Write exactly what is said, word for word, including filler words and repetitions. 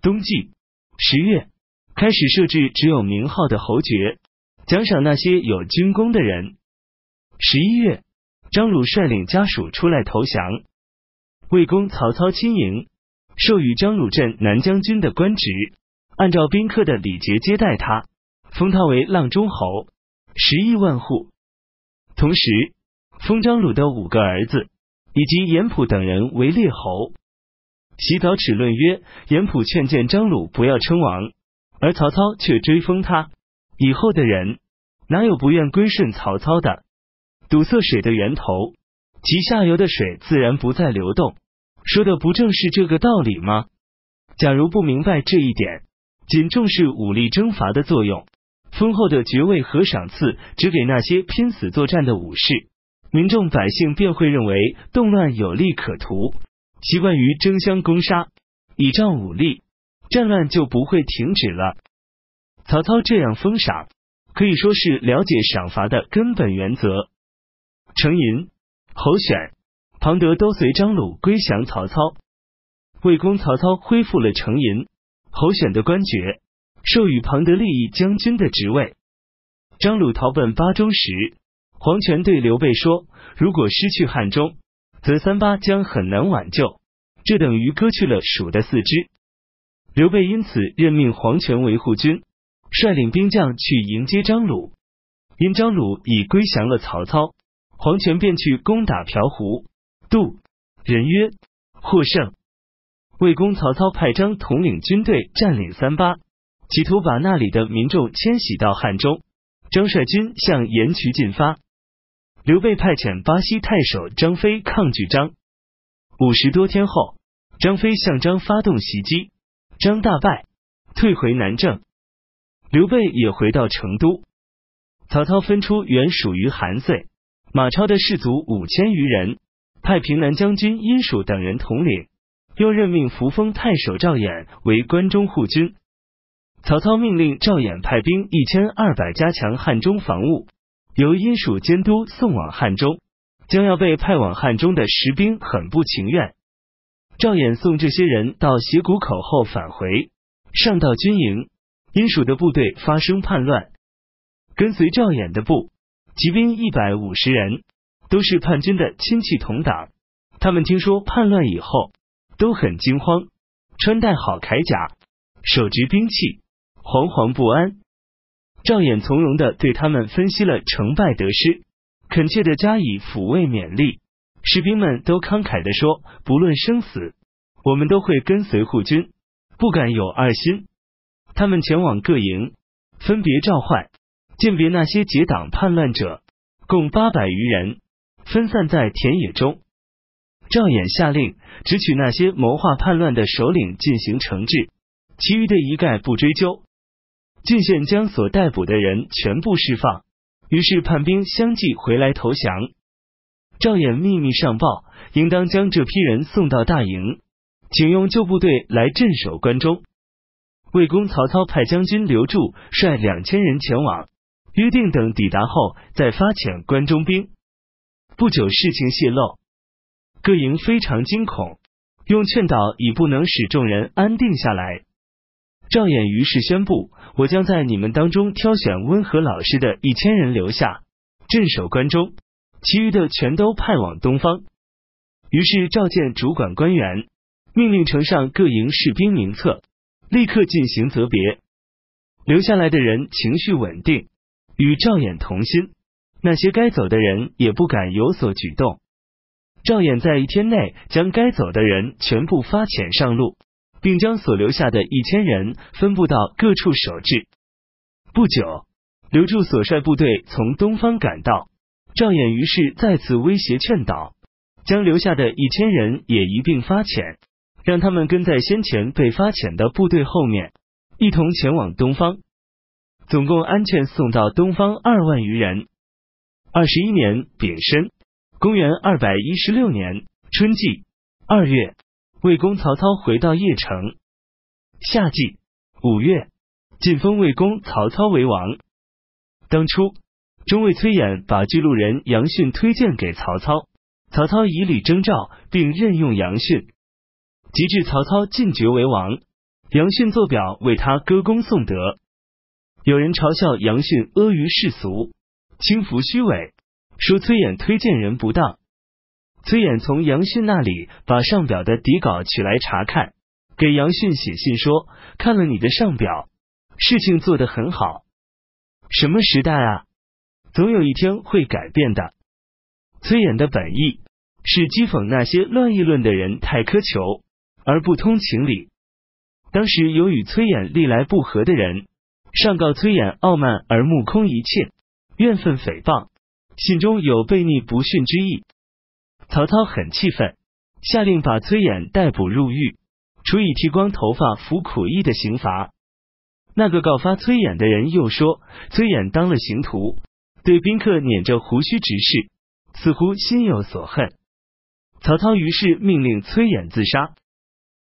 冬季十月开始设置只有名号的侯爵，奖赏那些有军功的人。十一月，张鲁率领家属出来投降。魏公曹操亲迎，授予张鲁镇南将军的官职，按照宾客的礼节接待他，封他为阆中侯，十亿万户。同时，封张鲁的五个儿子以及严普等人为列侯。洗澡齿论曰，严普劝谏张鲁不要称王，而曹操却追封他。以后的人哪有不愿归顺曹操的？堵塞水的源头，其下游的水自然不再流动，说的不正是这个道理吗？假如不明白这一点，仅重视武力征伐的作用，丰厚的爵位和赏赐只给那些拼死作战的武士，民众百姓便会认为动乱有利可图，习惯于争相攻杀，倚仗武力，战乱就不会停止了。曹操这样封赏，可以说是了解赏罚的根本原则。程银、侯选、庞德都随张鲁归降曹操。魏公曹操恢复了程银、侯选的官爵，授予庞德利益将军的职位。张鲁逃奔巴中时，黄权对刘备说，如果失去汉中，则三巴将很难挽救，这等于割去了蜀的四肢。刘备因此任命黄权为护军，率领兵将去迎接张鲁。因张鲁已归降了曹操，黄权便去攻打瓢湖、杜、人约，获胜。魏公曹操派张统领军队占领三巴，企图把那里的民众迁徙到汉中。张率军向盐渠进发。刘备派遣巴西太守张飞抗拒张。五十多天后，张飞向张发动袭击，张大败，退回南郑。刘备也回到成都。曹操分出原属于韩遂、马超的士卒五千余人，派平南将军殷蜀等人统领，又任命扶风太守赵衍为关中护军。曹操命令赵衍派兵一千二百加强汉中防务，由殷蜀监督送往汉中。将要被派往汉中的士兵很不情愿。赵衍送这些人到斜谷口后返回，上到军营，殷蜀的部队发生叛乱。跟随赵衍的部骑兵一百五十人，都是叛军的亲戚同党。他们听说叛乱以后，都很惊慌，穿戴好铠甲，手执兵器，惶惶不安。赵衍从容地对他们分析了成败得失，恳切地加以抚慰勉励。士兵们都慷慨地说，不论生死，我们都会跟随护军，不敢有二心。他们前往各营，分别召唤鉴别那些结党叛乱者，共八百余人，分散在田野中。赵衍下令只取那些谋划叛乱的首领进行惩治，其余的一概不追究。郡县将所逮捕的人全部释放，于是叛兵相继回来投降。赵衍秘密上报，应当将这批人送到大营，请用旧部队来镇守关中。魏公曹操派将军刘柱率两千人前往，约定等抵达后再发遣关中兵。不久事情泄露，各营非常惊恐，用劝导已不能使众人安定下来。赵衍于是宣布，我将在你们当中挑选温和老实的一千人留下，镇守关中，其余的全都派往东方。于是召见主管官员，命令呈上各营士兵名册，立刻进行责别。留下来的人情绪稳定，与赵衍同心，那些该走的人也不敢有所举动。赵衍在一天内将该走的人全部发遣上路，并将所留下的一千人分布到各处守治。不久，刘柱所率部队从东方赶到，赵衍于是再次威胁劝导，将留下的一千人也一并发遣，让他们跟在先前被发遣的部队后面，一同前往东方。总共安劝送到东方二万余人。二十一年丙申，公元二百一十六年春季二月，魏公曹操回到邺城。夏季五月，晋封魏公曹操为王。当初，中尉崔琰把巨鹿人杨训推荐给曹操，曹操以礼征召，并任用杨训。及至曹操进爵为王， 杨训作表为他歌功颂德。有人嘲笑杨训阿谀世俗，轻浮虚伪，说崔琰推荐人不当。崔琰从杨训那里把上表的底稿取来查看，给杨训写信说，看了你的上表，事情做得很好。什么时代啊，总有一天会改变的。崔琰的本意是讥讽那些乱议论的人太苛求，而不通情理。当时有与崔琰历来不和的人，上告崔琰傲慢而目空一切，怨愤诽谤，信中有悖逆不逊之意。曹操很气愤，下令把崔琰逮捕入狱，处以剃光头发服苦役的刑罚。那个告发崔琰的人又说，崔琰当了刑徒，对宾客捻着胡须直视，似乎心有所恨。曹操于是命令崔琰自杀。